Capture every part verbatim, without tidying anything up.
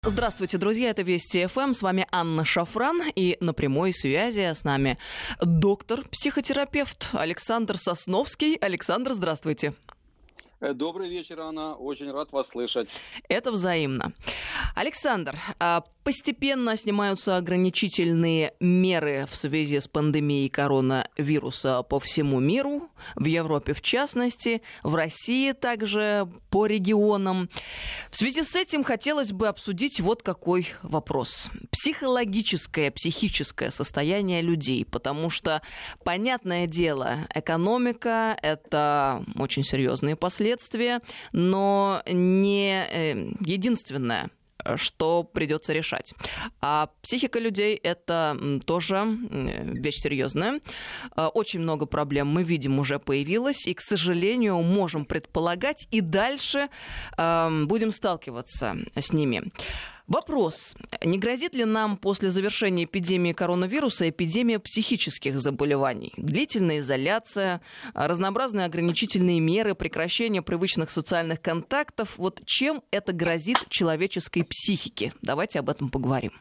Здравствуйте, друзья, это Вести ФМ, с вами Анна Шафран, и на прямой связи с нами доктор-психотерапевт Александр Сосновский. Александр, здравствуйте. Добрый вечер, Анна. Очень рад вас слышать. Это взаимно. Александр, постепенно снимаются ограничительные меры в связи с пандемией коронавируса по всему миру, в Европе в частности, в России также по регионам. В связи с этим хотелось бы обсудить вот какой вопрос. Психологическое, психическое состояние людей, потому что, понятное дело, экономика — это очень серьезные последствия, но не единственное, что придется решать. А психика людей — это тоже вещь серьезная. Очень много проблем, мы видим, уже появилось, и, к сожалению, можем предполагать, и дальше э, будем сталкиваться с ними. Вопрос. Не грозит ли нам после завершения эпидемии коронавируса эпидемия психических заболеваний? Длительная изоляция, разнообразные ограничительные меры, прекращение привычных социальных контактов. Вот чем это грозит человеческой психике? Давайте об этом поговорим.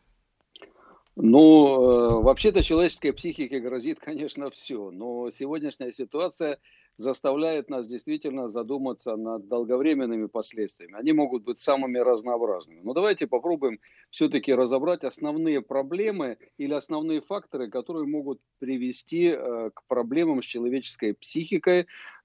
Ну, вообще-то человеческой психике грозит, конечно, все. Но сегодняшняя ситуация заставляет нас действительно задуматься над долговременными последствиями. Они могут быть самыми разнообразными. Но давайте попробуем все-таки разобрать основные проблемы или основные факторы, которые могут привести э, к проблемам с человеческой психикой э,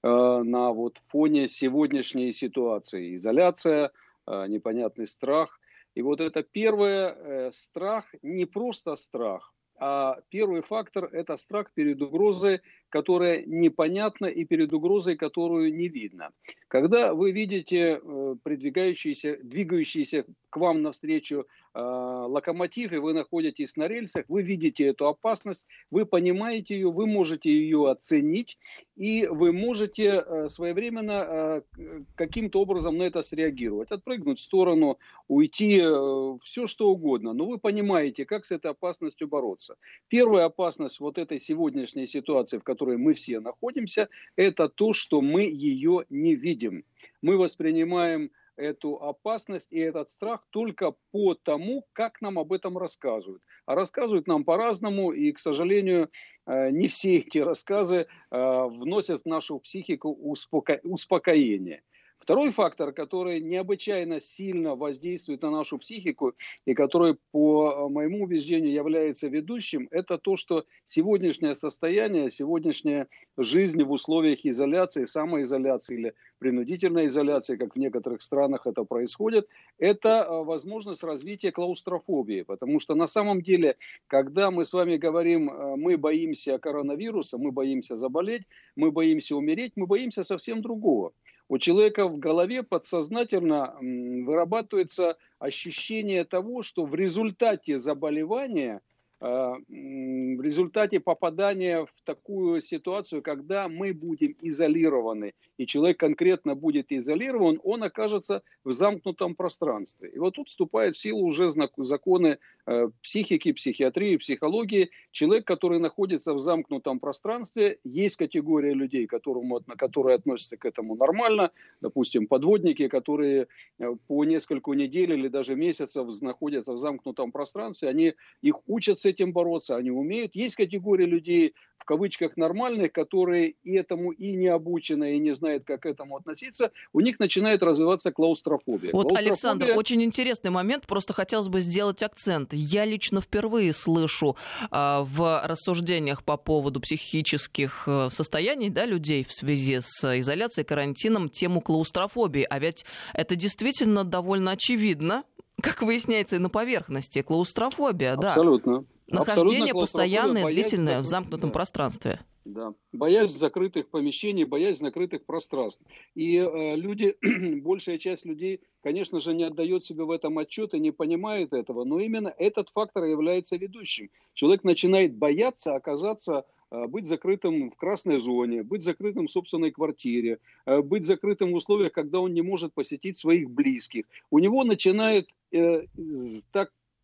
на вот фоне сегодняшней ситуации. Изоляция, э, непонятный страх. И вот это первое, э, страх, не просто страх, а первый фактор – это страх перед угрозой, которая непонятна, и перед угрозой, которую не видно. Когда вы видите э, придвигающийся, двигающийся к вам навстречу э, локомотив, и вы находитесь на рельсах, вы видите эту опасность, вы понимаете ее, вы можете ее оценить, и вы можете э, своевременно э, каким-то образом на это среагировать, отпрыгнуть в сторону, уйти, э, все что угодно. Но вы понимаете, как с этой опасностью бороться. Первая опасность вот этой сегодняшней ситуации, в которой мы все находимся, это то, что мы ее не видим. Мы воспринимаем эту опасность и этот страх только по тому, как нам об этом рассказывают. А рассказывают нам по-разному, и, к сожалению, не все эти рассказы вносят в нашу психику успоко... успокоение. Второй фактор, который необычайно сильно воздействует на нашу психику и который, по моему убеждению, является ведущим, это то, что сегодняшнее состояние, сегодняшняя жизнь в условиях изоляции, самоизоляции или принудительной изоляции, как в некоторых странах это происходит, это возможность развития клаустрофобии. Потому что на самом деле, когда мы с вами говорим, мы боимся коронавируса, мы боимся заболеть, мы боимся умереть, мы боимся совсем другого. У человека в голове подсознательно вырабатывается ощущение того, что в результате заболевания, в результате попадания в такую ситуацию, когда мы будем изолированы, и человек конкретно будет изолирован, он окажется в замкнутом пространстве. И вот тут вступают в силу уже законы психики, психиатрии, психологии. Человек, который находится в замкнутом пространстве, есть категория людей, которому, которые относятся к этому нормально. Допустим, подводники, которые по несколько недель или даже месяцев находятся в замкнутом пространстве, они их учат с этим бороться, они умеют. Есть категория людей, в кавычках, нормальных, которые и этому и не обучены, и не знают, как к этому относиться, у них начинает развиваться клаустрофобия. Вот, клаустрофобия... Александр, очень интересный момент, просто хотелось бы сделать акцент. Я лично впервые слышу э, в рассуждениях по поводу психических э, состояний, да, людей в связи с изоляцией, карантином, тему клаустрофобии. А ведь это действительно довольно очевидно, как выясняется и на поверхности. Клаустрофобия, да. Абсолютно. Нахождение Абсолютно постоянное, длительное закры... в замкнутом да. пространстве. Да. Боязнь закрытых помещений, боязнь закрытых пространств. И э, люди, большая часть людей, конечно же, не отдает себе в этом отчет и не понимает этого, но именно этот фактор является ведущим. Человек начинает бояться оказаться, э, быть закрытым в красной зоне, быть закрытым в собственной квартире, э, быть закрытым в условиях, когда он не может посетить своих близких. У него начинает э, так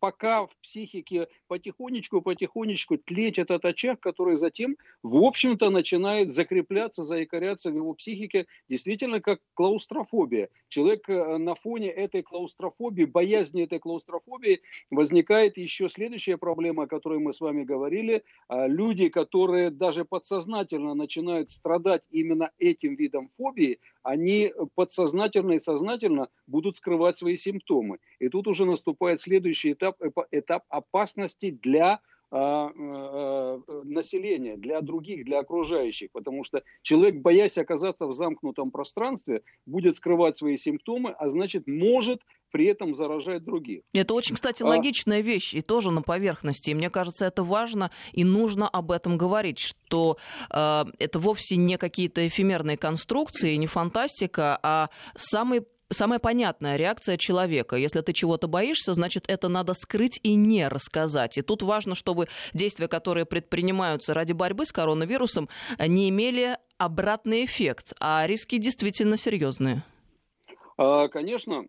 пока в психике потихонечку-потихонечку тлеть этот очаг, который затем, в общем-то, начинает закрепляться, заикаряться в его психике, действительно как клаустрофобия. Человек на фоне этой клаустрофобии, боязни этой клаустрофобии, возникает еще следующая проблема, о которой мы с вами говорили. Люди, которые даже подсознательно начинают страдать именно этим видом фобии, они подсознательно и сознательно будут скрывать свои симптомы. И тут уже наступает следующий этап, этап опасности для населения, для других, для окружающих, потому что человек, боясь оказаться в замкнутом пространстве, будет скрывать свои симптомы, а значит, может при этом заражать других. Это очень, кстати, логичная вещь и тоже на поверхности. И мне кажется, это важно и нужно об этом говорить, что э, это вовсе не какие-то эфемерные конструкции, не фантастика, а самый Самая понятная реакция человека. Если ты чего-то боишься, значит, это надо скрыть и не рассказать. И тут важно, чтобы действия, которые предпринимаются ради борьбы с коронавирусом, не имели обратный эффект, а риски действительно серьезные. Конечно,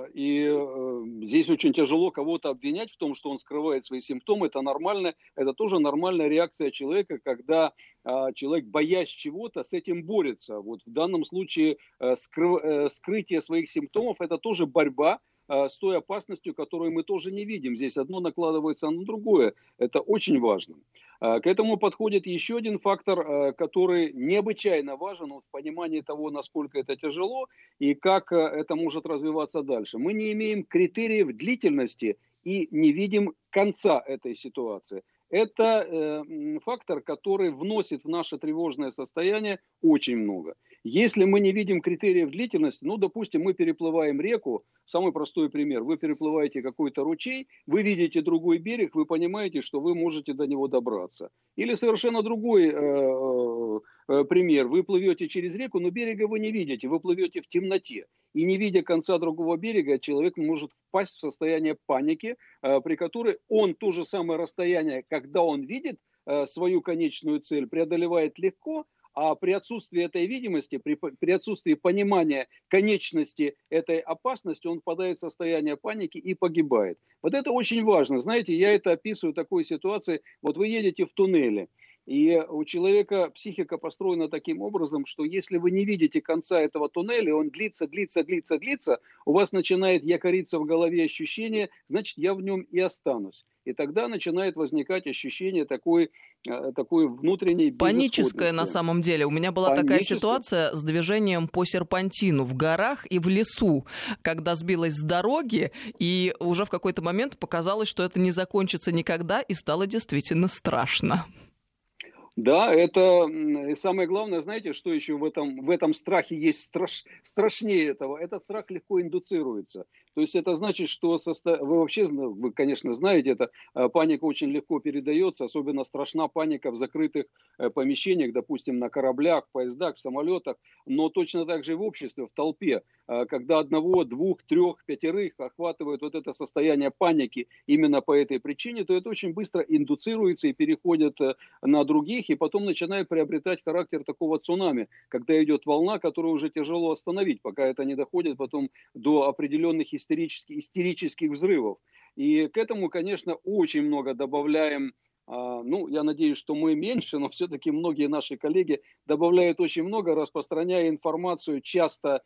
и здесь очень тяжело кого-то обвинять в том, что он скрывает свои симптомы. Это нормально, это тоже нормальная реакция человека, когда человек, боясь чего-то, с этим борется. Вот в данном случае скры... скрытие своих симптомов – это тоже борьба с той опасностью, которую мы тоже не видим. Здесь одно накладывается на другое. Это очень важно. К этому подходит еще один фактор, который необычайно важен в понимании того, насколько это тяжело и как это может развиваться дальше. Мы не имеем критериев длительности и не видим конца этой ситуации. Это э, фактор, который вносит в наше тревожное состояние очень много. Если мы не видим критериев длительности, ну, допустим, мы переплываем реку, самый простой пример, вы переплываете какой-то ручей, вы видите другой берег, вы понимаете, что вы можете до него добраться. Или совершенно другой э, э, пример, вы плывете через реку, но берега вы не видите, вы плывете в темноте. И не видя конца другого берега, человек может впасть в состояние паники, э, при которой он то же самое расстояние, когда он видит э, свою конечную цель, преодолевает легко, а при отсутствии этой видимости, при, при отсутствии понимания конечности этой опасности, он впадает в состояние паники и погибает. Вот это очень важно. Знаете, я это описываю такой ситуации. Вот вы едете в туннеле, и у человека психика построена таким образом, что если вы не видите конца этого туннеля, он длится, длится, длится, длится, у вас начинает якориться в голове ощущение, значит, я в нем и останусь. И тогда начинает возникать ощущение такой, такой внутренней безысходности. Паническое на самом деле. У меня была такая ситуация с движением по серпантину в горах и в лесу, когда сбилась с дороги, и уже в какой-то момент показалось, что это не закончится никогда, и стало действительно страшно. Да, это и самое главное, знаете, что еще в этом, в этом страхе есть страш, страшнее этого? Этот страх легко индуцируется. То есть это значит, что состо... вы вообще, вы, конечно, знаете, это паника очень легко передается, особенно страшна паника в закрытых помещениях, допустим, на кораблях, поездах, в самолетах, но точно так же и в обществе, в толпе, когда одного, двух, трех, пятерых охватывает вот это состояние паники именно по этой причине, то это очень быстро индуцируется и переходит на других, и потом начинает приобретать характер такого цунами, когда идет волна, которую уже тяжело остановить, пока это не доходит потом до определенных истерических, истерических взрывов. И к этому, конечно, очень много добавляем. Ну, я надеюсь, что мы меньше, но все-таки многие наши коллеги добавляют очень много, распространяя информацию, часто,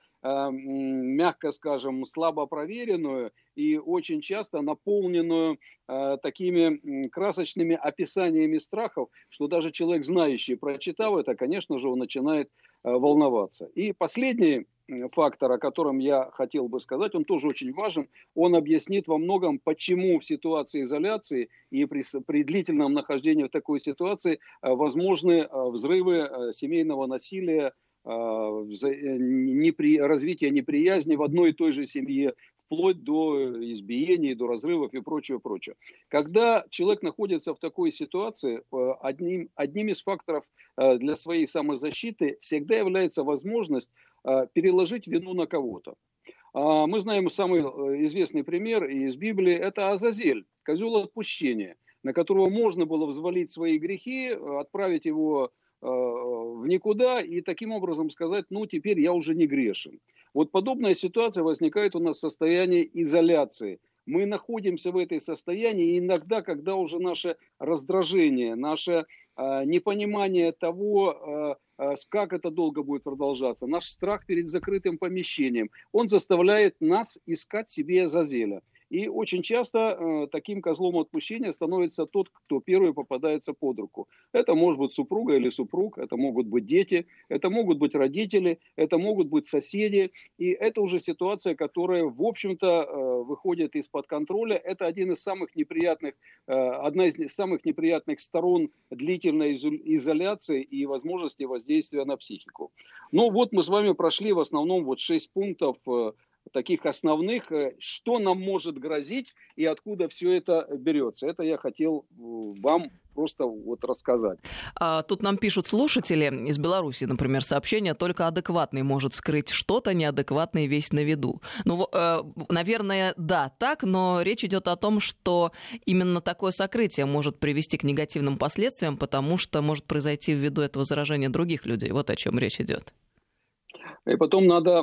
мягко скажем, слабо проверенную и очень часто наполненную такими красочными описаниями страхов, что даже человек, знающий, прочитав это, конечно же, он начинает волноваться. И последний фактор, о котором я хотел бы сказать, он тоже очень важен. Он объяснит во многом, почему в ситуации изоляции и при, при длительном нахождении в такой ситуации возможны взрывы семейного насилия, непри, развитие неприязни в одной и той же семье, вплоть до избиений, до разрывов и прочего, прочего. Когда человек находится в такой ситуации, одним, одним из факторов для своей самозащиты всегда является возможность переложить вину на кого-то. Мы знаем самый известный пример из Библии, это Азазель, козел отпущения, на которого можно было взвалить свои грехи, отправить его в никуда и таким образом сказать, ну теперь я уже не грешен. Вот подобная ситуация возникает у нас в состоянии изоляции. Мы находимся в этой состоянии, и иногда, когда уже наше раздражение, наше э, непонимание того, э, э, как это долго будет продолжаться, наш страх перед закрытым помещением, он заставляет нас искать себе Азазеля. И очень часто э, таким козлом отпущения становится тот, кто первый попадается под руку. Это может быть супруга или супруг, это могут быть дети, это могут быть родители, это могут быть соседи. И это уже ситуация, которая, в общем-то, э, выходит из-под контроля. Это один из самых неприятных, э, одна из самых неприятных сторон длительной изоляции и возможности воздействия на психику. Ну вот мы с вами прошли в основном вот шесть пунктов, э, таких основных, что нам может грозить и откуда все это берется. Это я хотел вам просто вот рассказать. А, тут нам пишут слушатели из Беларуси, например, сообщение: только адекватный может скрыть что-то, неадекватный весь на виду. Ну, э, наверное, да, так, но речь идет о том, что именно такое сокрытие может привести к негативным последствиям, потому что может произойти ввиду этого заражения других людей. Вот о чем речь идет. И потом надо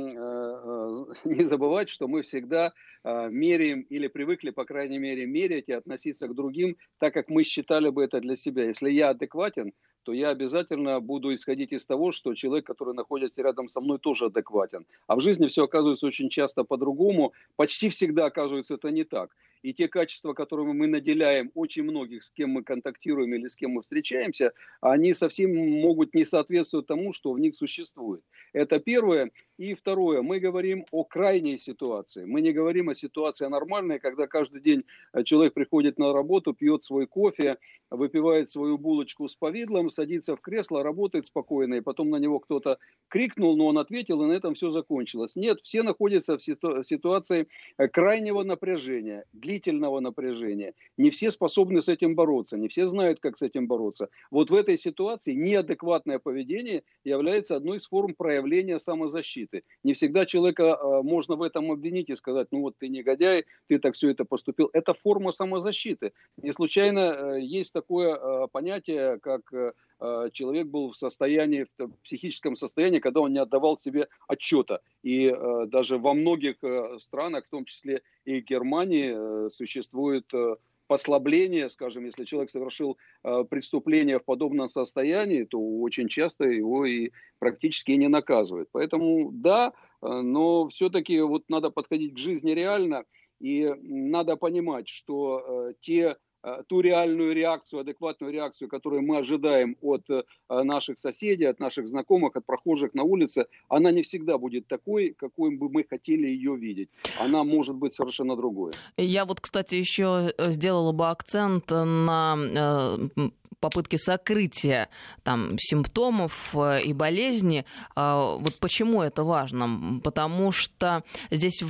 не забывать, что мы всегда меряем или привыкли, по крайней мере, мерять и относиться к другим так, как мы считали бы это для себя. Если я адекватен, то я обязательно буду исходить из того, что человек, который находится рядом со мной, тоже адекватен. А в жизни все оказывается очень часто по-другому. Почти всегда оказывается это не так. И те качества, которыми мы наделяем очень многих, с кем мы контактируем или с кем мы встречаемся, они совсем могут не соответствовать тому, что в них существует. Это первое. И второе. Мы говорим о крайней ситуации. Мы не говорим о ситуации нормальной, когда каждый день человек приходит на работу, пьет свой кофе, выпивает свою булочку с повидлом, садится в кресло, работает спокойно, и потом на него кто-то крикнул, но он ответил, и на этом все закончилось. Нет, все находятся в ситу- ситуации крайнего напряжения, длительного напряжения. Не все способны с этим бороться, не все знают, как с этим бороться. Вот в этой ситуации неадекватное поведение является одной из форм проявления самозащиты. Не всегда человека э, можно в этом обвинить и сказать, ну вот ты негодяй, ты так все это поступил. Это форма самозащиты. Не случайно э, есть такое э, понятие, как э, человек был в состоянии, в психическом состоянии, когда он не отдавал себе отчета. И э, даже во многих э, странах, в том числе и Германии, э, существует э, послабление, скажем, если человек совершил э, преступление в подобном состоянии, то очень часто его и практически не наказывают. Поэтому да, э, но все-таки вот надо подходить к жизни реально, и надо понимать, что э, те ту реальную реакцию, адекватную реакцию, которую мы ожидаем от наших соседей, от наших знакомых, от прохожих на улице, она не всегда будет такой, какой бы мы хотели ее видеть. Она может быть совершенно другой. Я вот, кстати, еще сделала бы акцент на попытки сокрытия там, симптомов и болезни. Вот почему это важно? Потому что здесь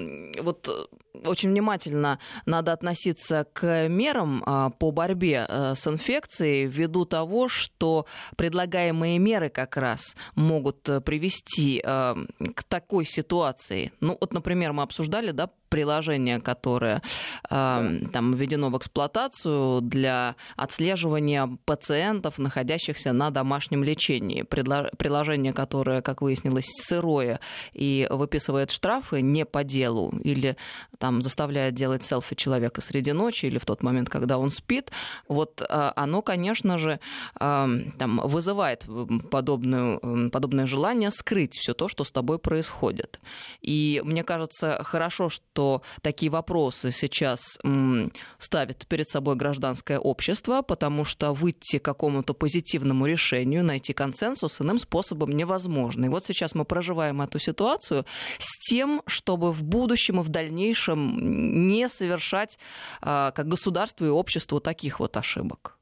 вот очень внимательно надо относиться к мерам по борьбе с инфекцией ввиду того, что предлагаемые меры как раз могут привести к такой ситуации. Ну вот, например, мы обсуждали, да, приложение, которое э, там введено в эксплуатацию для отслеживания пациентов, находящихся на домашнем лечении. Предло- приложение, которое, как выяснилось, сырое и выписывает штрафы не по делу или там заставляет делать селфи человека среди ночи или в тот момент, когда он спит, вот э, оно, конечно же, э, там, вызывает подобную, подобное желание скрыть все то, что с тобой происходит. И мне кажется, хорошо, что такие вопросы сейчас м, ставит перед собой гражданское общество, потому что выйти к какому-то позитивному решению, найти консенсус иным способом невозможно. И вот сейчас мы проживаем эту ситуацию с тем, чтобы в будущем и в дальнейшем не совершать а, как государству и обществу таких вот ошибок.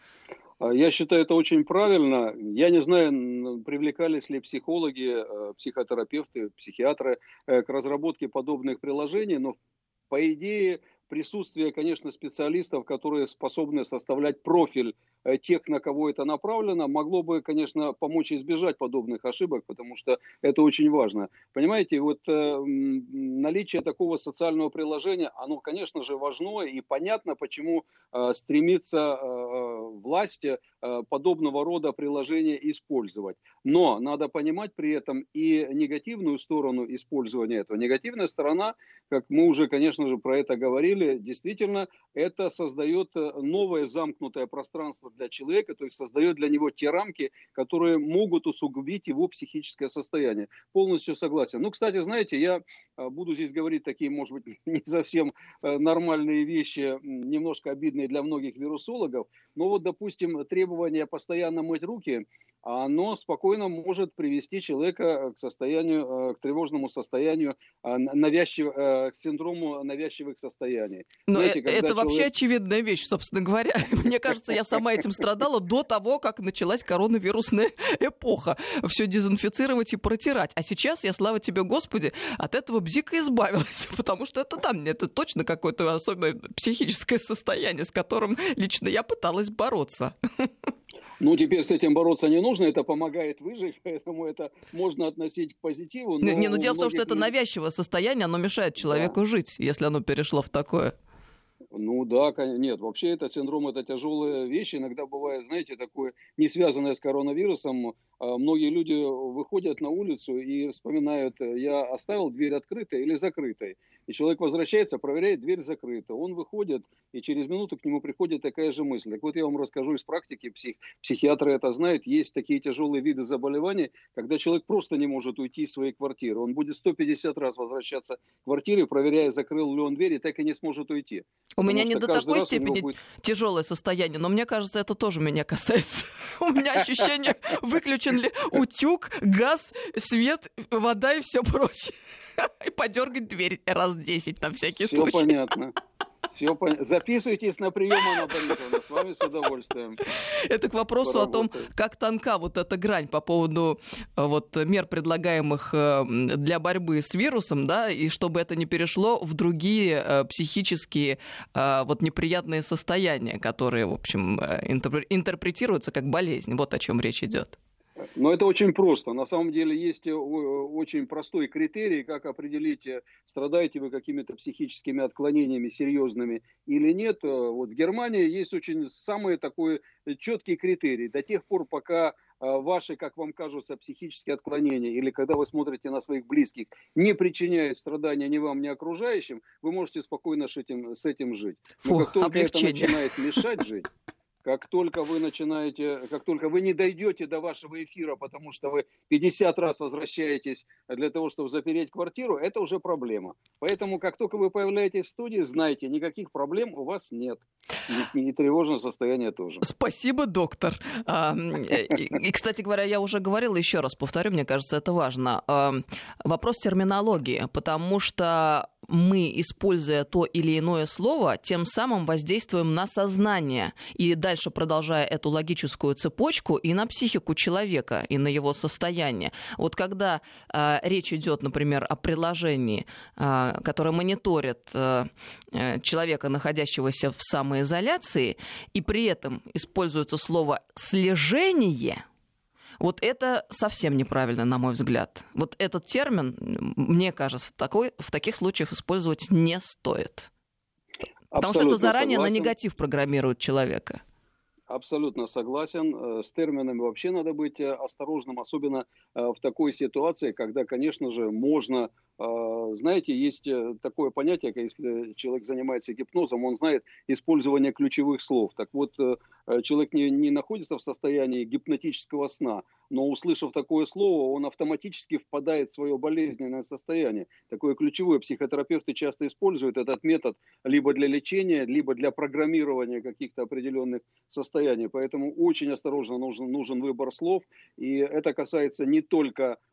Я считаю, это очень правильно. Я не знаю, привлекались ли психологи, психотерапевты, психиатры к разработке подобных приложений, но по идее присутствие, конечно, специалистов, которые способны составлять профиль тех, на кого это направлено, могло бы, конечно, помочь избежать подобных ошибок, потому что это очень важно. Понимаете, вот э, наличие такого социального приложения, оно, конечно же, важно, и понятно, почему э, стремится э, власть э, подобного рода приложения использовать. Но надо понимать при этом и негативную сторону использования этого. Негативная сторона, как мы уже, конечно же, про это говорили, действительно, это создает новое замкнутое пространство для человека, то есть создает для него те рамки, которые могут усугубить его психическое состояние. Полностью согласен. Ну, кстати, знаете, я буду здесь говорить такие, может быть, не совсем нормальные вещи, немножко обидные для многих вирусологов, но вот, допустим, требование постоянно мыть руки, оно спокойно может привести человека к состоянию, к тревожному состоянию, навязчив... к синдрому навязчивых состояний. Но Знаете, это человек... вообще очевидная вещь, собственно говоря. Мне кажется, я сама этим страдала до того, как началась коронавирусная эпоха. Все дезинфицировать и протирать. А сейчас я, слава тебе, Господи, от этого бзика избавилась. Потому что это там, это точно какое-то особое психическое состояние, с которым лично я пыталась бороться. Ну, теперь с этим бороться не нужно, это помогает выжить, поэтому это можно относить к позитиву. Но не, но дело в том, что это навязчивое состояние, оно мешает человеку да. жить, если оно перешло в такое. Ну да, нет, вообще это синдром, это тяжелая вещь, иногда бывает, знаете, такое, не связанное с коронавирусом, многие люди выходят на улицу и вспоминают, я оставил дверь открытой или закрытой, и человек возвращается, проверяет, дверь закрыта, он выходит, и через минуту к нему приходит такая же мысль. Так вот я вам расскажу из практики, псих, психиатры это знают, есть такие тяжелые виды заболеваний, когда человек просто не может уйти из своей квартиры, он будет сто пятьдесят раз возвращаться к квартире, проверяя, закрыл ли он дверь, и так и не сможет уйти. У меня не до такой степени будет... тяжелое состояние, но мне кажется, это тоже меня касается. У меня ощущение, выключен ли утюг, газ, свет, вода и все прочее. И подергать дверь раз десять на всякий случай. Все понятно. Все понятно. Записывайтесь на прием, Анна Борисовна, с вами с удовольствием. Это к вопросу Поработаем. О том, как тонка вот эта грань по поводу вот, мер, предлагаемых для борьбы с вирусом, да, и чтобы это не перешло в другие психические вот, неприятные состояния, которые, в общем, интерпретируются как болезнь. Вот о чем речь идет. Но это очень просто. На самом деле есть очень простой критерий, как определить, страдаете вы какими-то психическими отклонениями серьезными или нет. Вот в Германии есть очень самый такой четкий критерий. До тех пор, пока ваши, как вам кажутся, психические отклонения или когда вы смотрите на своих близких, не причиняют страдания ни вам, ни окружающим, вы можете спокойно с этим, с этим жить. Но Фу, как только облегчение. Это начинает мешать жить, как только вы начинаете, как только вы не дойдете до вашего эфира, потому что вы пятьдесят раз возвращаетесь для того, чтобы запереть квартиру, это уже проблема. Поэтому, как только вы появляетесь в студии, знайте, никаких проблем у вас нет. И, и тревожное состояние тоже. Спасибо, доктор. И, кстати говоря, я уже говорила, еще раз повторю, мне кажется, это важно. Вопрос терминологии, потому что мы, используя то или иное слово, тем самым воздействуем на сознание. И дальше, продолжая эту логическую цепочку, и на психику человека, и на его состояние. Вот когда э, речь идет, например, о приложении, э, которое мониторит э, человека, находящегося в самоизоляции, и при этом используется слово «слежение», вот это совсем неправильно, на мой взгляд. Вот этот термин, мне кажется, в, такой, в таких случаях использовать не стоит. Потому Абсолютно что это заранее согласен. На негатив программирует человека. Абсолютно согласен. С терминами вообще надо быть осторожным, особенно в такой ситуации, когда, конечно же, можно... Знаете, есть такое понятие, если человек занимается гипнозом, он знает использование ключевых слов. Так вот, человек не, не находится в состоянии гипнотического сна, но, услышав такое слово, он автоматически впадает в свое болезненное состояние. Такое ключевое. Психотерапевты часто используют этот метод либо для лечения, либо для программирования каких-то определенных состояний. Поэтому очень осторожно нужен, нужен выбор слов. И это касается не только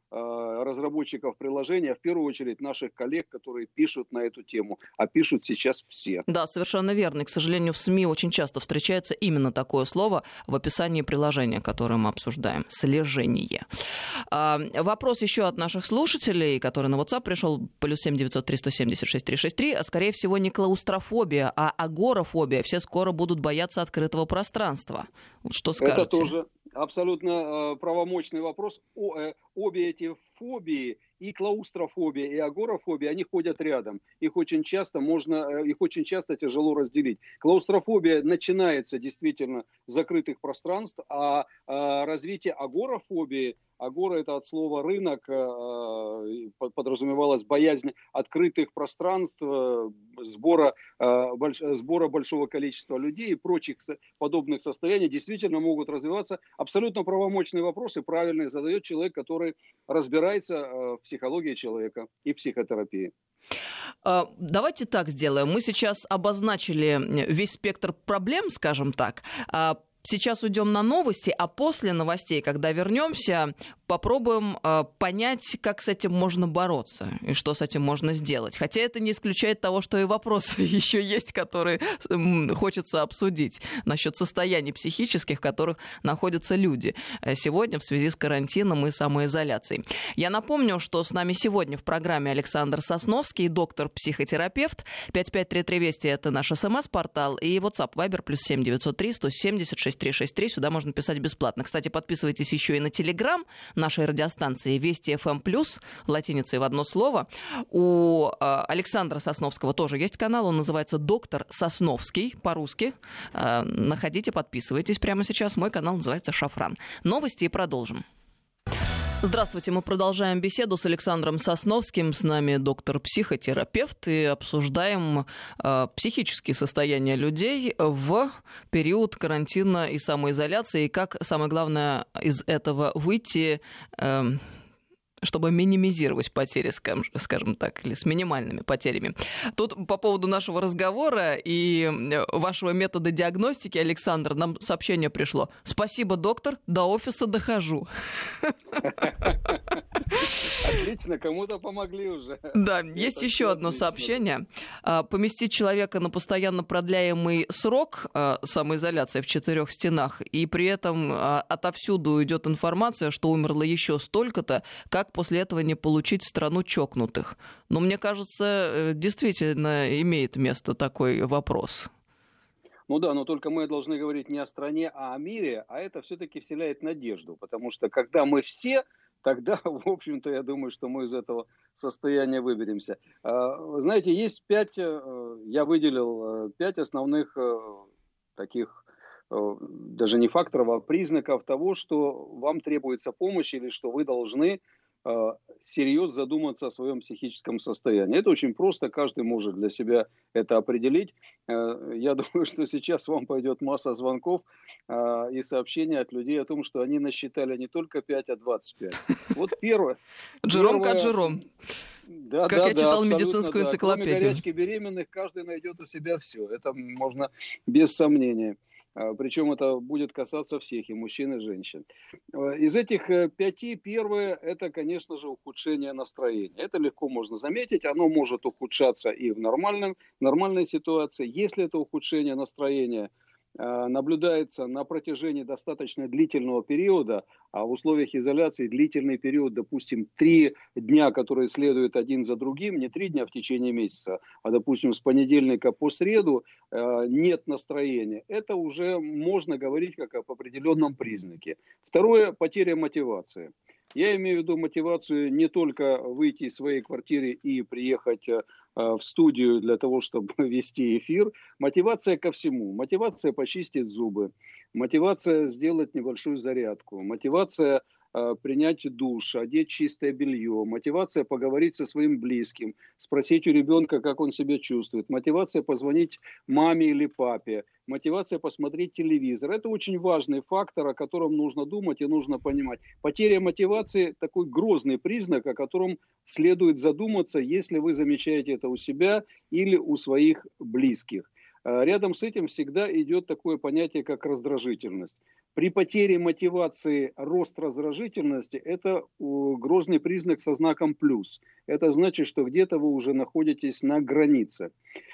разработчиков приложения, в первую очередь наших коллег, которые пишут на эту тему, а пишут сейчас все. Да, совершенно верно. И, к сожалению, в СМИ очень часто встречается именно такое слово в описании приложения, которое мы обсуждаем. Слежение. А, вопрос еще от наших слушателей, который на WhatsApp пришел, плюс семь девятьсот три сто семьдесят шесть триста шестьдесят три. Скорее всего, не клаустрофобия, а агорафобия. Все скоро будут бояться открытого пространства. Вот что скажете? Это тоже абсолютно э, правомочный вопрос. О, э, обе эти фобии, и клаустрофобия, и агорафобия, они ходят рядом. Их очень часто можно, их очень часто тяжело разделить. Клаустрофобия начинается действительно с закрытых пространств, а, а развитие агорафобии, агора — это от слова рынок, подразумевалась боязнь открытых пространств, сбора, сбора большого количества людей и прочих подобных состояний действительно могут развиваться. Абсолютно правомочный вопрос и правильный задает человек, который разбирается в психологии человека и психотерапии. Давайте так сделаем. Мы сейчас обозначили весь спектр проблем, скажем так. Сейчас уйдем на новости, а после новостей, когда вернемся, попробуем э, понять, как с этим можно бороться и что с этим можно сделать. Хотя это не исключает того, что и вопросы еще есть, которые э, хочется обсудить насчет состояний психических, в которых находятся люди сегодня в связи с карантином и самоизоляцией. Я напомню, что с нами сегодня в программе Александр Сосновский, доктор-психотерапевт. пять пять три три Вести — это наш смс-портал, и WhatsApp, Viber, плюс семь девятьсот три сто семьдесят шесть триста шестьдесят три. Сюда можно писать бесплатно. Кстати, подписывайтесь еще и на Телеграм нашей радиостанции Вести эф эм плюс, латиницей в одно слово. У э, Александра Сосновского тоже есть канал, он называется «Доктор Сосновский» по-русски. Э, находите, подписывайтесь прямо сейчас. Мой канал называется «Шафран». Новости и продолжим. Здравствуйте, мы продолжаем беседу с Александром Сосновским. С нами доктор-психотерапевт, и обсуждаем э, психические состояния людей в период карантина и самоизоляции, и как, самое главное, из этого выйти, э, чтобы минимизировать потери, скажем, скажем так, или с минимальными потерями. Тут по поводу нашего разговора и вашего метода диагностики, Александр, нам сообщение пришло. Спасибо, доктор, до офиса дохожу. Отлично, кому-то помогли уже. Да, есть еще одно сообщение. Поместить человека на постоянно продляемый срок самоизоляции в четырех стенах, и при этом отовсюду идет информация, что умерло еще столько-то, как после этого не получить страну чокнутых. Но мне кажется, действительно имеет место такой вопрос. Ну да, но только мы должны говорить не о стране, а о мире, а это все-таки вселяет надежду, потому что когда мы все, тогда, в общем-то, я думаю, что мы из этого состояния выберемся. Знаете, есть пять, я выделил пять основных таких, даже не факторов, а признаков того, что вам требуется помощь или что вы должны серьезно задуматься о своем психическом состоянии. Это очень просто, каждый может для себя это определить. Я думаю, что сейчас вам пойдет масса звонков и сообщений от людей о том, что они насчитали не только пять, а двадцать пять. Вот первое. Джером как Джером. Да, как да, я читал да, медицинскую да. энциклопедию. Кроме горячки беременных, каждый найдет у себя все. Это можно без сомнения. Причем это будет касаться всех, и мужчин, и женщин. Из этих пяти первое – это, конечно же, ухудшение настроения. Это легко можно заметить. Оно может ухудшаться и в нормальном, нормальной ситуации. Если это ухудшение настроения наблюдается на протяжении достаточно длительного периода, а в условиях изоляции длительный период, допустим, три дня, которые следуют один за другим, не три дня в течение месяца, а, допустим, с понедельника по среду нет настроения, это уже можно говорить как об определенном признаке. Второе – потеря мотивации. Я имею в виду мотивацию не только выйти из своей квартиры и приехать в студию для того, чтобы вести эфир. Мотивация ко всему. Мотивация почистить зубы. Мотивация сделать небольшую зарядку. Мотивация принять душ, одеть чистое белье, мотивация поговорить со своим близким, спросить у ребенка, как он себя чувствует, мотивация позвонить маме или папе, мотивация посмотреть телевизор. Это очень важный фактор, о котором нужно думать и нужно понимать. Потеря мотивации – такой грозный признак, о котором следует задуматься, если вы замечаете это у себя или у своих близких. Рядом с этим всегда идет такое понятие, как раздражительность. При потере мотивации рост раздражительности – это грозный признак со знаком плюс. Это значит, что где-то вы уже находитесь на границе.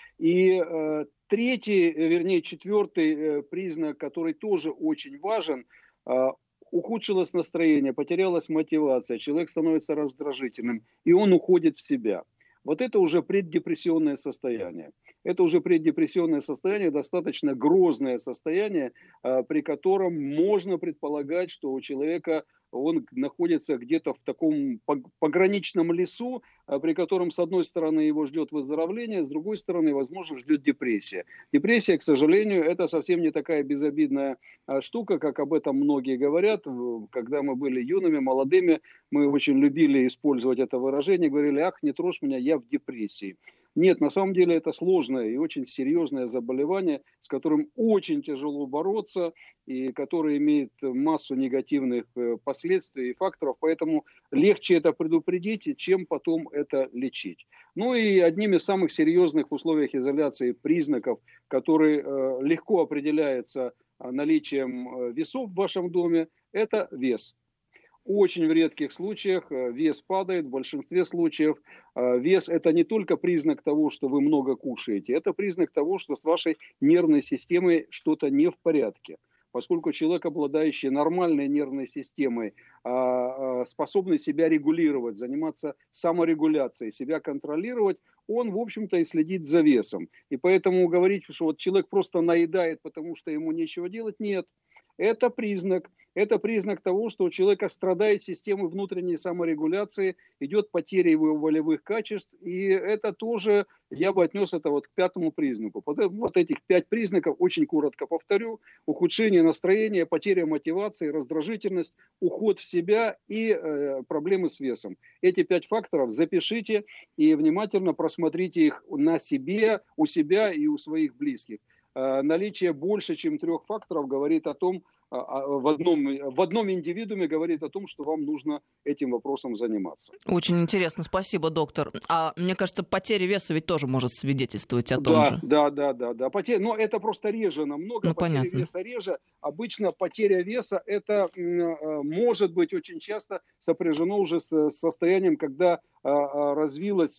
И э, третий, вернее четвертый э, признак, который тоже очень важен, э, ухудшилось настроение, потерялась мотивация, человек становится раздражительным, и он уходит в себя. Вот это уже преддепрессионное состояние. Это уже преддепрессионное состояние, достаточно грозное состояние, при котором можно предполагать, что у человека он находится где-то в таком пограничном лесу, при котором с одной стороны его ждет выздоровление, с другой стороны, возможно, ждет депрессия. Депрессия, к сожалению, это совсем не такая безобидная штука, как об этом многие говорят. Когда мы были юными, молодыми, мы очень любили использовать это выражение, говорили: ах, не трожь меня, я в депрессии. Нет, на самом деле это сложное и очень серьезное заболевание, с которым очень тяжело бороться и которое имеет массу негативных последствий и факторов, поэтому легче это предупредить, чем потом это лечить. Ну и одним из самых серьезных в условиях изоляции признаков, который легко определяется наличием весов в вашем доме, это вес. Очень в редких случаях вес падает, в большинстве случаев вес – это не только признак того, что вы много кушаете, это признак того, что с вашей нервной системой что-то не в порядке. Поскольку человек, обладающий нормальной нервной системой, способный себя регулировать, заниматься саморегуляцией, себя контролировать, он, в общем-то, и следит за весом. И поэтому говорить, что вот человек просто наедает, потому что ему нечего делать, нет. Это признак. Это признак того, что у человека страдает система внутренней саморегуляции, идет потеря его волевых качеств. И это тоже, я бы отнес это вот к пятому признаку. Вот этих пять признаков, очень коротко повторю: ухудшение настроения, потеря мотивации, раздражительность, уход в себя и э, проблемы с весом. Эти пять факторов запишите и внимательно просмотрите их на себе, у себя и у своих близких. Наличие больше, чем трех факторов говорит о том, в одном, в одном индивидууме говорит о том, что вам нужно этим вопросом заниматься. Очень интересно, спасибо, доктор. А мне кажется, потеря веса ведь тоже может свидетельствовать о том да, же. Да, да, да, да. Потеря, но это просто реже намного. Ну, потеря понятно. веса реже. Обычно потеря веса это может быть очень часто сопряжено уже с состоянием, когда развилась,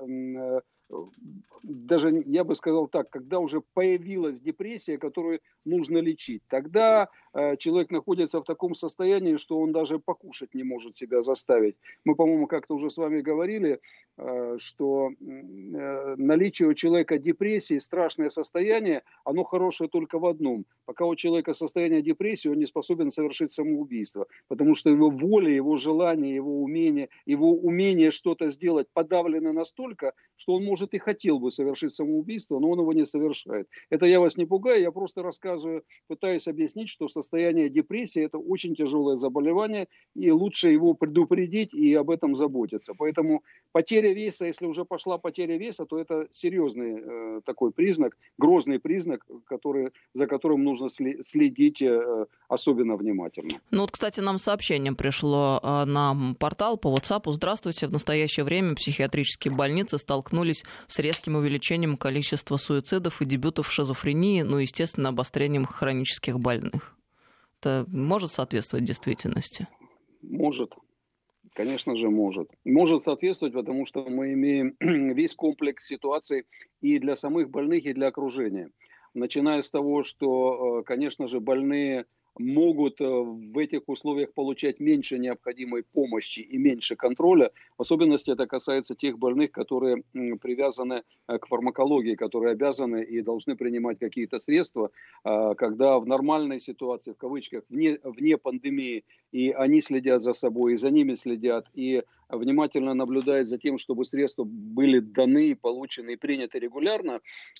даже я бы сказал так, когда уже появилась депрессия, которую нужно лечить. Тогда э, человек находится в таком состоянии, что он даже покушать не может себя заставить. Мы, по-моему, как-то уже с вами говорили, э, что э, наличие у человека депрессии, страшное состояние, оно хорошее только в одном. Пока у человека состояние депрессии, он не способен совершить самоубийство. Потому что его воля, его желание, его умение, его умение что-то сделать подавлено настолько, что он, может, и хотел бы совершить самоубийство, но он его не совершает. Это я вас не пугаю, я просто рассказываю, пытаюсь объяснить, что состояние депрессии – это очень тяжелое заболевание, и лучше его предупредить и об этом заботиться. Поэтому потеря веса, если уже пошла потеря веса, то это серьезный э, такой признак, грозный признак, который, за которым нужно следить э, особенно внимательно. Ну вот, кстати, нам сообщение пришло э, на портал по WhatsApp. Здравствуйте, в настоящее время психиатрические больницы столкнулись с резким увеличением количества суицидов и дебютов шизофрении, ну и, естественно, обострением хронических больных. Это может соответствовать действительности? Может. Конечно же, может. Может соответствовать, потому что мы имеем весь комплекс ситуаций и для самых больных, и для окружения. Начиная с того, что, конечно же, больные могут в этих условиях получать меньше необходимой помощи и меньше контроля. В особенности это касается тех больных, которые привязаны к фармакологии, которые обязаны и должны принимать какие-то средства, когда в нормальной ситуации, в кавычках, вне, вне пандемии, и они следят за собой, и за ними следят, и внимательно наблюдают за тем, чтобы средства были даны, получены и приняты регулярно,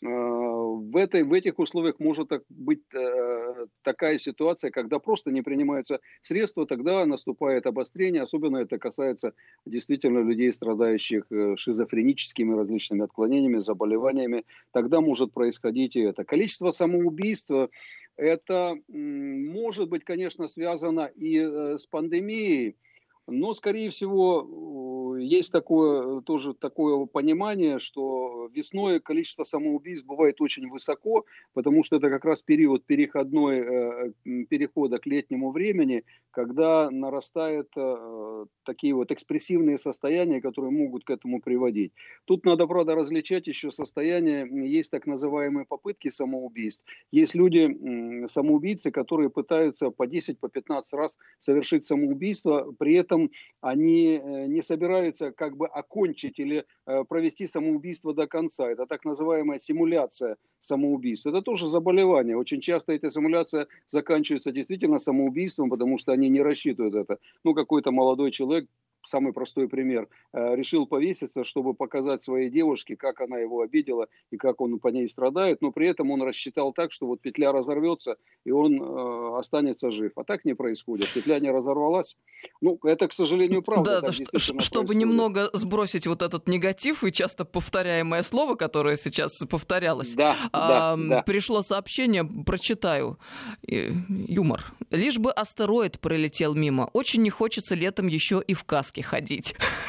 в, этой, в этих условиях может быть такая ситуация, когда просто не принимаются средства, тогда наступает обострение, особенно это касается действительно людей, страдающих шизофреническими различными отклонениями, заболеваниями, тогда может происходить и это. Количество самоубийств, это может быть, конечно, связано и с пандемией, Но, скорее всего, есть такое, тоже такое понимание, что весной количество самоубийств бывает очень высоко, потому что это как раз период переходной, э, перехода к летнему времени, когда нарастают э, такие вот экспрессивные состояния, которые могут к этому приводить. Тут надо, правда, различать еще состояния. Есть так называемые попытки самоубийств. Есть люди, самоубийцы, которые пытаются по десять, по пятнадцать раз совершить самоубийство, при этом они не собираются как бы окончить или провести самоубийство до конца. Это так называемая симуляция самоубийства. Это тоже заболевание. Очень часто эти симуляции заканчиваются действительно самоубийством, потому что они не рассчитывают это. Ну, какой-то молодой человек, самый простой пример, решил повеситься, чтобы показать своей девушке, как она его обидела и как он по ней страдает, но при этом он рассчитал так, что вот петля разорвется, и он э, останется жив. А так не происходит. Петля не разорвалась. Ну, это, к сожалению, правда. Да, да, чтобы происходит. Немного сбросить вот этот негатив и часто повторяемое слово, которое сейчас повторялось, да, а, да, да. пришло сообщение, прочитаю. Юмор. Лишь бы астероид пролетел мимо. Очень не хочется летом еще и в каске ходить.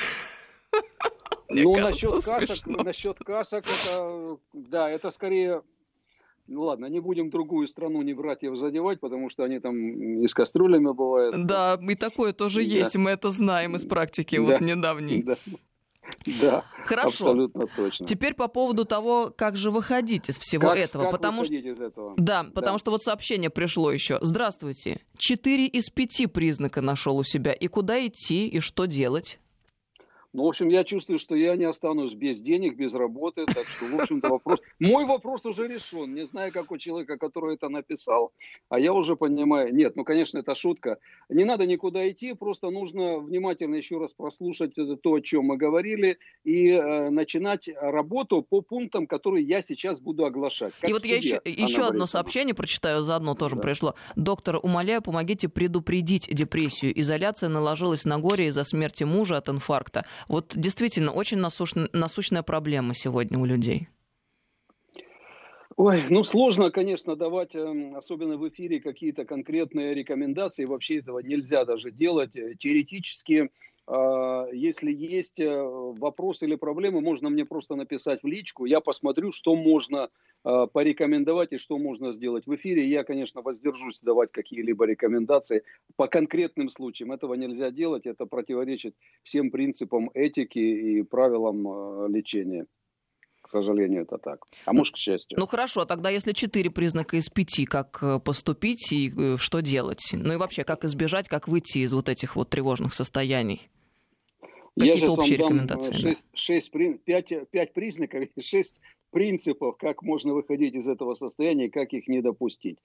Ну, насчет касок, насчет касок, это, да, это скорее, ну ладно, не будем другую страну, не братьев задевать, потому что они там и с кастрюлями бывают. Да, и такое тоже да. есть, мы это знаем из практики да. вот недавней. Да. Да, хорошо. Абсолютно точно. Теперь по поводу того, как же выходить из всего как, этого. Как потому выходить что... из этого? Да, потому да. что вот сообщение пришло еще. Здравствуйте. Четыре из пяти признака нашел у себя. И куда идти, и что делать? Ну, в общем, я чувствую, что я не останусь без денег, без работы, так что, в общем-то, вопрос... Мой вопрос уже решен. Не знаю, как у человека, который это написал, а я уже понимаю... Нет, ну, конечно, это шутка. Не надо никуда идти, просто нужно внимательно еще раз прослушать то, о чем мы говорили, и э, начинать работу по пунктам, которые я сейчас буду оглашать. И вот я еще, еще одно сообщение прочитаю, заодно тоже да. пришло. Доктор, умоляю, помогите предупредить депрессию. Изоляция наложилась на горе из-за смерти мужа от инфаркта. Вот действительно очень насущная, насущная проблема сегодня у людей. Ой, ну сложно, конечно, давать, особенно в эфире, какие-то конкретные рекомендации. Вообще этого нельзя даже делать. Теоретически, если есть вопросы или проблемы, можно мне просто написать в личку. Я посмотрю, что можно порекомендовать и что можно сделать. В эфире я, конечно, воздержусь давать какие-либо рекомендации по конкретным случаям. Этого нельзя делать. Это противоречит всем принципам этики и правилам лечения. К сожалению, это так. А может, к счастью. Ну хорошо, тогда если четыре признака из пяти, как поступить и что делать? Ну и вообще, как избежать, как выйти из вот этих вот тревожных состояний? Какие-то общие рекомендации? шесть, да. шесть, пять, пять признаков, шесть принципов, как можно выходить из этого состояния и как их не допустить.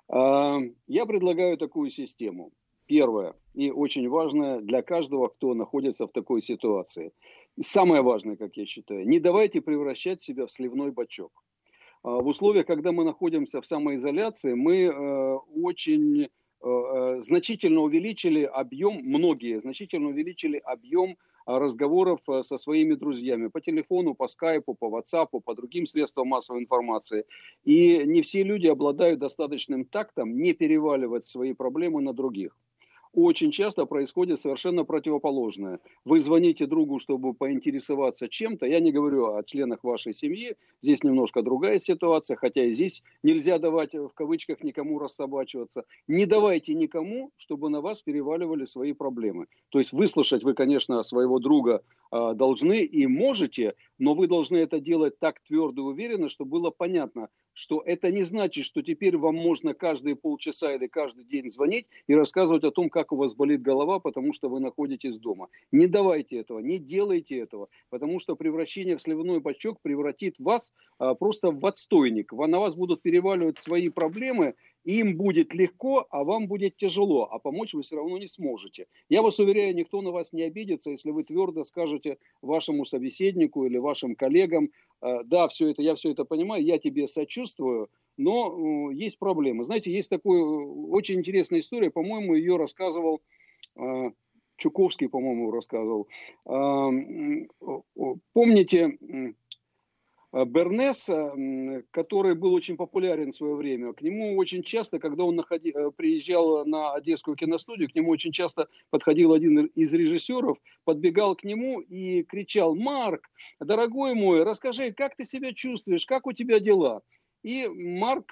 Я предлагаю такую систему. Первое и очень важное для каждого, кто находится в такой ситуации. И самое важное, как я считаю, не давайте превращать себя в сливной бачок. В условиях, когда мы находимся в самоизоляции, мы очень значительно увеличили объем, многие значительно увеличили объем разговоров со своими друзьями по телефону, по скайпу, по ватсапу, по другим средствам массовой информации. И не все люди обладают достаточным тактом не переваливать свои проблемы на других. Очень часто происходит совершенно противоположное. Вы звоните другу, чтобы поинтересоваться чем-то. Я не говорю о членах вашей семьи. Здесь немножко другая ситуация. Хотя и здесь нельзя давать, в кавычках, никому рассобачиваться. Не давайте никому, чтобы на вас переваливали свои проблемы. То есть выслушать вы, конечно, своего друга э, должны и можете, но вы должны это делать так твердо и уверенно, чтобы было понятно, что это не значит, что теперь вам можно каждые полчаса или каждый день звонить и рассказывать о том, как у вас болит голова, потому что вы находитесь дома. Не давайте этого, не делайте этого, потому что превращение в сливной бачок превратит вас а, просто в отстойник. На вас будут переваливать свои проблемы, им будет легко, а вам будет тяжело, а помочь вы все равно не сможете. Я вас уверяю, никто на вас не обидится, если вы твердо скажете вашему собеседнику или вашим коллегам: да, все это, я все это понимаю, я тебе сочувствую, но э, есть проблемы. Знаете, есть такая очень интересная история, по-моему, ее рассказывал э, Чуковский, по-моему, рассказывал. Э, помните, Бернес, который был очень популярен в свое время, к нему очень часто, когда он находи, приезжал на Одесскую киностудию, к нему очень часто подходил один из режиссеров, подбегал к нему и кричал: «Марк, дорогой мой, расскажи, как ты себя чувствуешь, как у тебя дела?» И Марк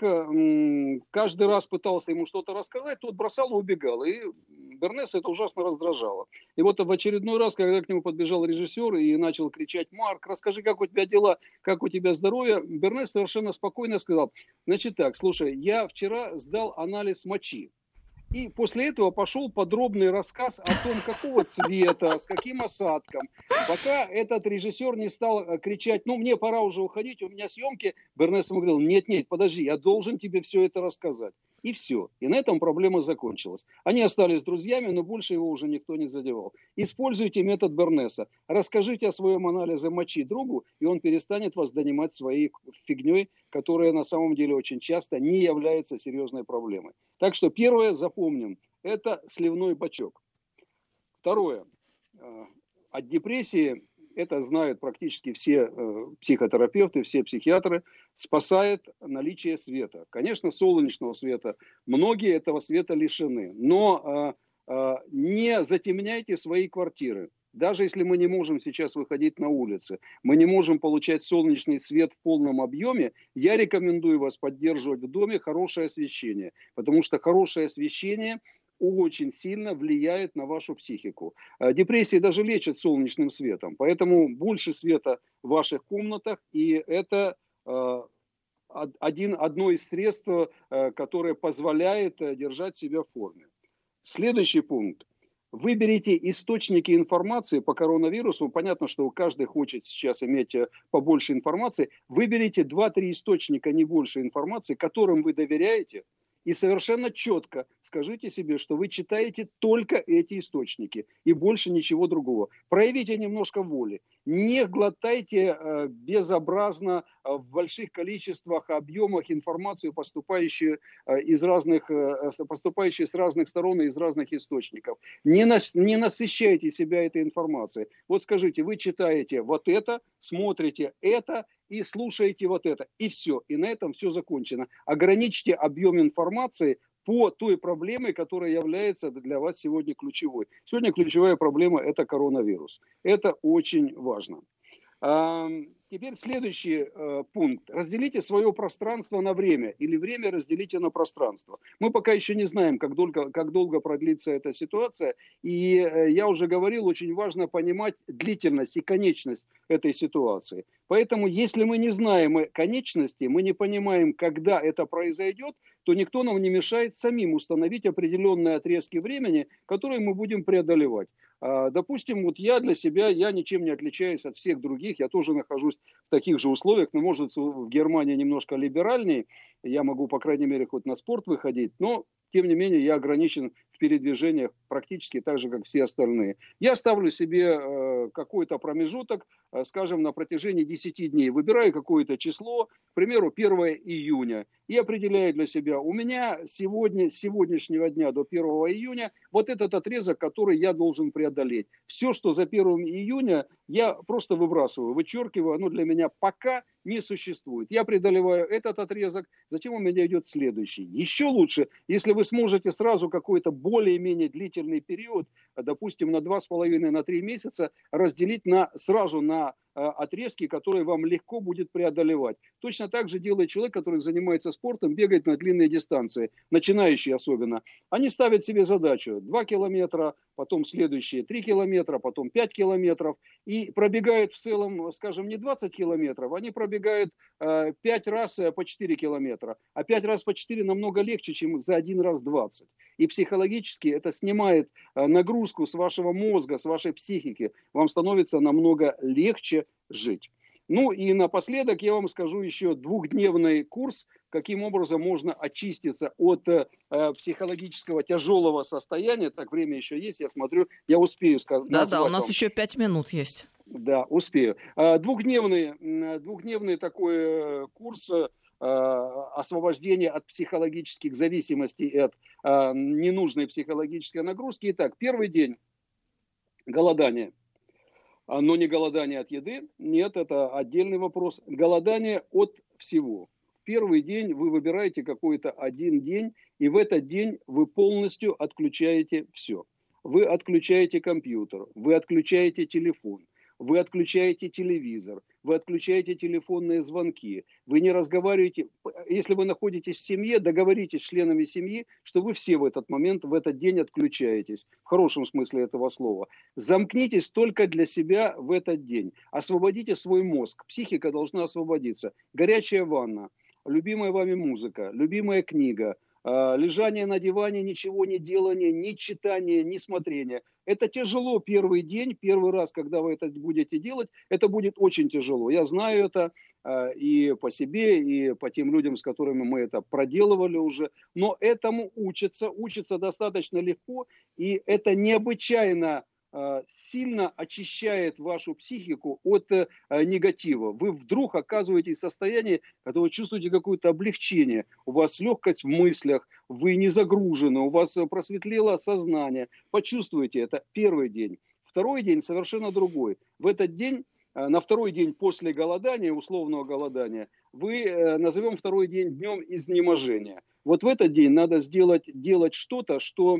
каждый раз пытался ему что-то рассказать, тот бросал и убегал. И Бернеса это ужасно раздражало. И вот в очередной раз, когда к нему подбежал режиссер и начал кричать: «Марк, расскажи, как у тебя дела, как у тебя здоровье», Бернес совершенно спокойно сказал: «Значит так, слушай, я вчера сдал анализ мочи». И после этого пошел подробный рассказ о том, какого цвета, с каким осадком. Пока этот режиссер не стал кричать: «Ну, мне пора уже уходить, у меня съемки», Бернес ему говорил: «Нет-нет, подожди, я должен тебе все это рассказать». И все. И на этом проблема закончилась. Они остались друзьями, но больше его уже никто не задевал. Используйте метод Бернеса. Расскажите о своем анализе мочи другу, и он перестанет вас донимать своей фигней, которая на самом деле очень часто не является серьезной проблемой. Так что первое, запомним, это сливной бачок. Второе. От депрессии, это знают практически все э, психотерапевты, все психиатры, спасает наличие света. Конечно, солнечного света. Многие этого света лишены. Но э, э, не затемняйте свои квартиры. Даже если мы не можем сейчас выходить на улицы, мы не можем получать солнечный свет в полном объеме, я рекомендую вас поддерживать в доме хорошее освещение. Потому что хорошее освещение очень сильно влияет на вашу психику. Депрессии даже лечат солнечным светом, поэтому больше света в ваших комнатах, и это э, один, одно из средств, э, которое позволяет держать себя в форме. Следующий пункт. Выберите источники информации по коронавирусу. Понятно, что каждый хочет сейчас иметь побольше информации. Выберите два-три источника, не больше информации, которым вы доверяете. И совершенно четко скажите себе, что вы читаете только эти источники и больше ничего другого. Проявите немножко воли. Не глотайте э, безобразно э, в больших количествах, объемах информацию, поступающую, э, из разных, э, поступающую с разных сторон и из разных источников. Не, нас, не насыщайте себя этой информацией. Вот скажите, вы читаете вот это, смотрите это и слушаете вот это. И все. И на этом все закончено. Ограничьте объем информации по той проблеме, которая является для вас сегодня ключевой. Сегодня ключевая проблема – это коронавирус. Это очень важно. Теперь следующий э, пункт. Разделите свое пространство на время или время разделите на пространство. Мы пока еще не знаем, как долго, как долго продлится эта ситуация. И э, я уже говорил, очень важно понимать длительность и конечность этой ситуации. Поэтому, если мы не знаем конечности, мы не понимаем, когда это произойдет, то никто нам не мешает самим установить определенные отрезки времени, которые мы будем преодолевать. Допустим, вот я для себя, я ничем не отличаюсь от всех других, я тоже нахожусь в таких же условиях, но может в Германии немножко либеральнее, я могу, по крайней мере, хоть на спорт выходить, но тем не менее я ограничен в передвижениях практически так же, как все остальные. Я ставлю себе э, какой-то промежуток, э, скажем, на протяжении десяти дней. Выбираю какое-то число, к примеру, первое июня, и определяю для себя, у меня сегодня, с сегодняшнего дня до первого июня вот этот отрезок, который я должен преодолеть. Все, что за первого июня, я просто выбрасываю, вычеркиваю, оно для меня пока не существует. Я преодолеваю этот отрезок, затем у меня идет следующий. Еще лучше, если вы сможете сразу какой-то более-менее длительный период, допустим, на два с половиной, на три месяца, разделить на, сразу на э, отрезки, которые вам легко будет преодолевать. Точно так же делает человек, который занимается спортом, бегает на длинные дистанции, начинающие особенно. Они ставят себе задачу два километра, потом следующие три километра, потом пять километров. И пробегают в целом, скажем, не двадцать километров, они пробегают э, пять раз по четыре километра. А пять раз по четыре намного легче, чем за один раз двадцать. И психологически это снимает э, нагрузку с вашего мозга, с вашей психики. Вам становится намного легче жить. Ну и напоследок я вам скажу еще двухдневный курс, каким образом можно очиститься от э, психологического тяжелого состояния. Так, время еще есть, я смотрю, я успею сказать. Да-да, у нас вам. еще пять минут есть. Да, успею. Двухдневный, двухдневный такой курс освобождения от психологических зависимостей и от ненужной психологической нагрузки. Итак, первый день голодания. но не голодание от еды. Нет, это отдельный вопрос. Голодание от всего. В первый день вы выбираете какой-то один день, и в этот день вы полностью отключаете все. Вы отключаете компьютер, вы отключаете телефон, вы отключаете телевизор, вы отключаете телефонные звонки, вы не разговариваете. Если вы находитесь в семье, договоритесь с членами семьи, что вы все в этот момент, в этот день отключаетесь. В хорошем смысле этого слова. Замкнитесь только для себя в этот день. Освободите свой мозг. Психика должна освободиться. Горячая ванна, любимая вами музыка, любимая книга, лежание на диване, ничего не делание, ни читание, ни смотрение. Это тяжело первый день, первый раз, когда вы это будете делать, это будет очень тяжело. Я знаю это и по себе, и по тем людям, с которыми мы это проделывали уже. Но этому учатся, учатся достаточно легко, и это необычайно сильно очищает вашу психику от э, негатива. Вы вдруг оказываетесь в состоянии, когда вы чувствуете какое-то облегчение, у вас легкость в мыслях, вы не загружены, у вас просветлело сознание. Почувствуйте это первый день. Второй день совершенно другой. В этот день, э, на второй день после голодания, условного голодания, вы э, назовем второй день днем изнеможения. Вот в этот день надо сделать, делать что-то, что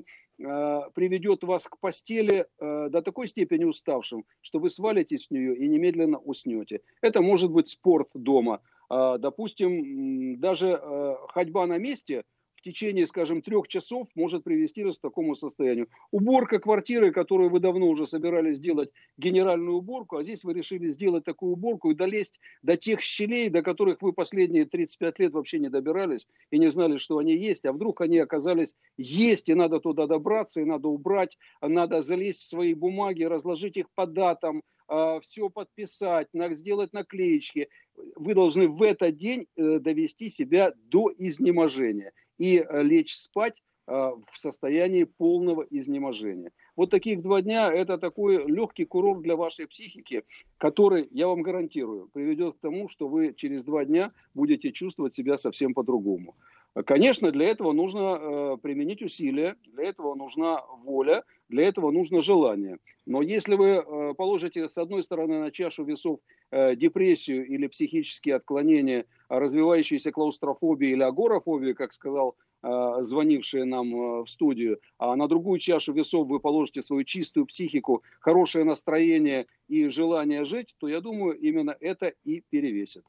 приведет вас к постели э, до такой степени уставшим, что вы свалитесь в нее и немедленно уснете. Это может быть спорт дома. Э, допустим, даже э, ходьба на месте в течение, скажем, трех часов может привести вас к такому состоянию. Уборка квартиры, которую вы давно уже собирались сделать, генеральную уборку, а здесь вы решили сделать такую уборку и долезть до тех щелей, до которых вы последние тридцать пять лет вообще не добирались и не знали, что они есть, а вдруг они оказались есть, и надо туда добраться, и надо убрать, надо залезть в свои бумаги, разложить их по датам, все подписать, сделать наклеечки. Вы должны в этот день довести себя до изнеможения и лечь спать в состоянии полного изнеможения. Вот таких два дня – это такой легкий курорт для вашей психики, который, я вам гарантирую, приведет к тому, что вы через два дня будете чувствовать себя совсем по-другому. Конечно, для этого нужно применить усилия, для этого нужна воля, для этого нужно желание. Но если вы положите с одной стороны на чашу весов депрессию или психические отклонения, развивающиеся клаустрофобию или агорафобию, как сказал звонившие нам в студию, а на другую чашу весов вы положите свою чистую психику, хорошее настроение и желание жить, то я думаю, именно это и перевесит.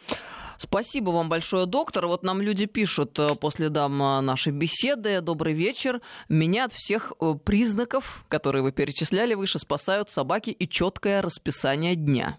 Спасибо вам большое, доктор. Вот нам люди пишут по следам нашей беседы. Добрый вечер. Меня от всех признаков, которые вы перечисляли выше, спасают собаки и четкое расписание дня.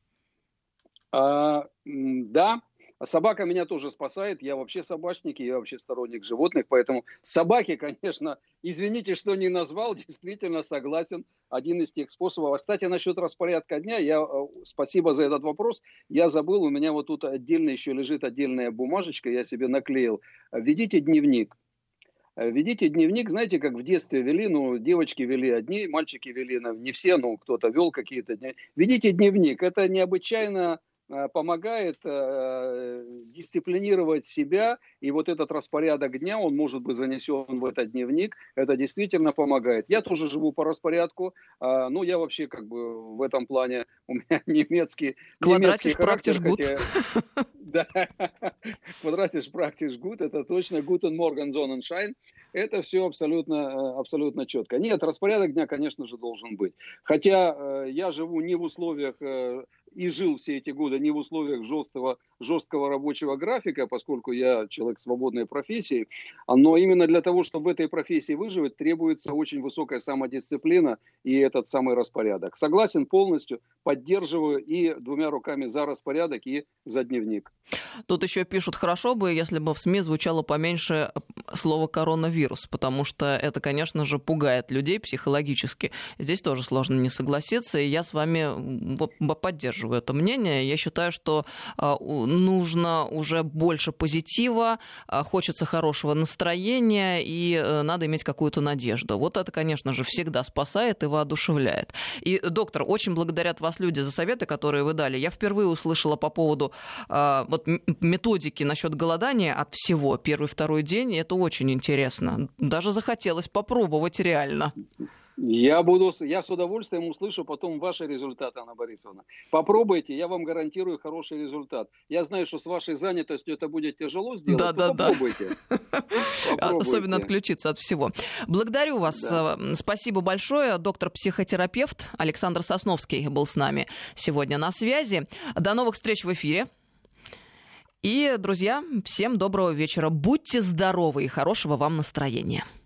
А, да. Собака меня тоже спасает, я вообще собачник, я вообще сторонник животных, поэтому собаки, конечно, извините, что не назвал, действительно согласен, один из тех способов. А, кстати, насчет распорядка дня, я, спасибо за этот вопрос, я забыл, у меня вот тут отдельно еще лежит отдельная бумажечка, я себе наклеил. Ведите дневник. Ведите дневник, знаете, как в детстве вели, ну, девочки вели одни, мальчики вели, не все, ну, кто-то вел какие-то дни. Ведите дневник, это необычайно помогает э, дисциплинировать себя, и вот этот распорядок дня, он может быть занесен в этот дневник, это действительно помогает. Я тоже живу по распорядку, э, ну, я вообще как бы в этом плане, у меня немецкий, немецкий характер. Хотя, да, квадратиш практиш гут, это точно, guten Morgen, Sonnenschein. Это все абсолютно, абсолютно четко. Нет, распорядок дня, конечно же, должен быть. Хотя э, я живу не в условиях, э, и жил все эти годы не в условиях жесткого, жесткого рабочего графика, поскольку я человек свободной профессии, но именно для того, чтобы в этой профессии выживать, требуется очень высокая самодисциплина и этот самый распорядок. Согласен полностью, поддерживаю и двумя руками за распорядок и за дневник. Тут еще пишут, хорошо бы, если бы в СМИ звучало поменьше слово «коронавирус», потому что это, конечно же, пугает людей психологически. Здесь тоже сложно не согласиться, и я с вами поддерживаю это мнение. Я считаю, что нужно уже больше позитива, хочется хорошего настроения, и надо иметь какую-то надежду. Вот это, конечно же, всегда спасает и воодушевляет. И, доктор, очень благодарят вас люди за советы, которые вы дали. Я впервые услышала по поводу вот, методики насчет голодания от всего. Первый, второй день, это очень интересно. Даже захотелось попробовать реально. Я буду, я с удовольствием услышу потом ваши результаты, Анна Борисовна. Попробуйте, я вам гарантирую хороший результат. Я знаю, что с вашей занятостью это будет тяжело сделать, да, но да, попробуйте. Да. попробуйте. Особенно отключиться от всего. Благодарю вас. Да. Спасибо большое. Доктор-психотерапевт Александр Сосновский был с нами сегодня на связи. До новых встреч в эфире. И, друзья, всем доброго вечера. Будьте здоровы и хорошего вам настроения.